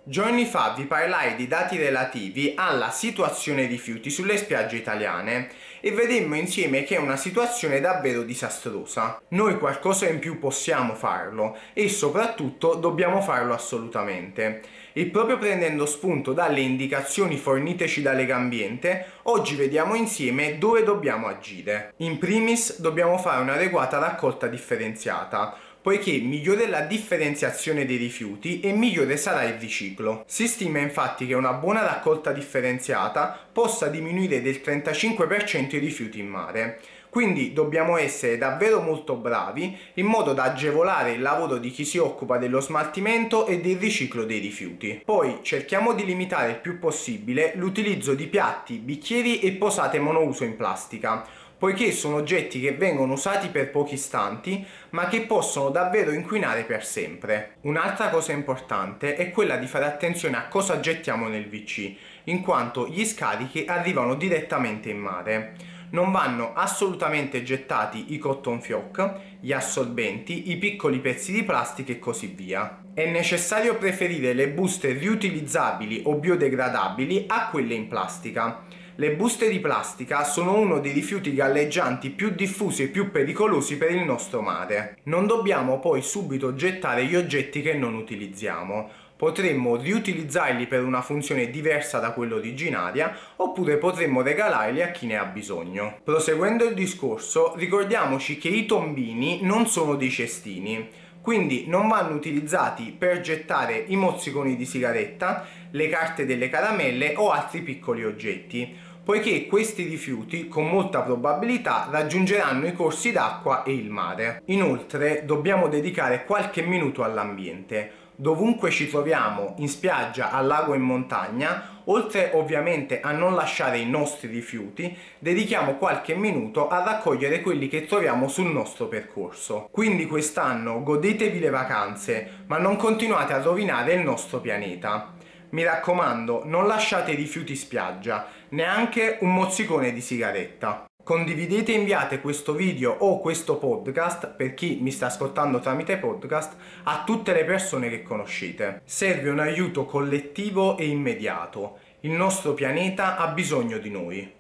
Giorni fa vi parlai di dati relativi alla situazione rifiuti sulle spiagge italiane e vedemmo insieme che è una situazione davvero disastrosa. Noi qualcosa in più possiamo farlo e soprattutto dobbiamo farlo assolutamente. E proprio prendendo spunto dalle indicazioni forniteci da Legambiente, oggi vediamo insieme dove dobbiamo agire. In primis dobbiamo fare un'adeguata raccolta differenziata, poiché migliore la differenziazione dei rifiuti e migliore sarà il riciclo. Si stima infatti che una buona raccolta differenziata possa diminuire del 35% i rifiuti in mare. Quindi dobbiamo essere davvero molto bravi in modo da agevolare il lavoro di chi si occupa dello smaltimento e del riciclo dei rifiuti. Poi cerchiamo di limitare il più possibile l'utilizzo di piatti, bicchieri e posate monouso in plastica, poiché sono oggetti che vengono usati per pochi istanti ma che possono davvero inquinare per sempre. Un'altra cosa importante è quella di fare attenzione a cosa gettiamo nel WC, in quanto gli scarichi arrivano direttamente in mare. Non vanno assolutamente gettati i cotton fioc, gli assorbenti, i piccoli pezzi di plastica e così via. È necessario preferire le buste riutilizzabili o biodegradabili a quelle in plastica. Le buste di plastica sono uno dei rifiuti galleggianti più diffusi e più pericolosi per il nostro mare. Non dobbiamo poi subito gettare gli oggetti che non utilizziamo. Potremmo riutilizzarli per una funzione diversa da quella originaria, oppure potremmo regalarli a chi ne ha bisogno. Proseguendo il discorso, ricordiamoci che i tombini non sono dei cestini, quindi non vanno utilizzati per gettare i mozziconi di sigaretta, le carte delle caramelle o altri piccoli oggetti, poiché questi rifiuti con molta probabilità raggiungeranno i corsi d'acqua e il mare. Inoltre dobbiamo dedicare qualche minuto all'ambiente. Dovunque ci troviamo, in spiaggia, al lago o in montagna, oltre ovviamente a non lasciare i nostri rifiuti, dedichiamo qualche minuto a raccogliere quelli che troviamo sul nostro percorso. Quindi quest'anno godetevi le vacanze, ma non continuate a rovinare il nostro pianeta. Mi raccomando, non lasciate i rifiuti in spiaggia, neanche un mozzicone di sigaretta. Condividete e inviate questo video o questo podcast, per chi mi sta ascoltando tramite podcast, a tutte le persone che conoscete. Serve un aiuto collettivo e immediato. Il nostro pianeta ha bisogno di noi.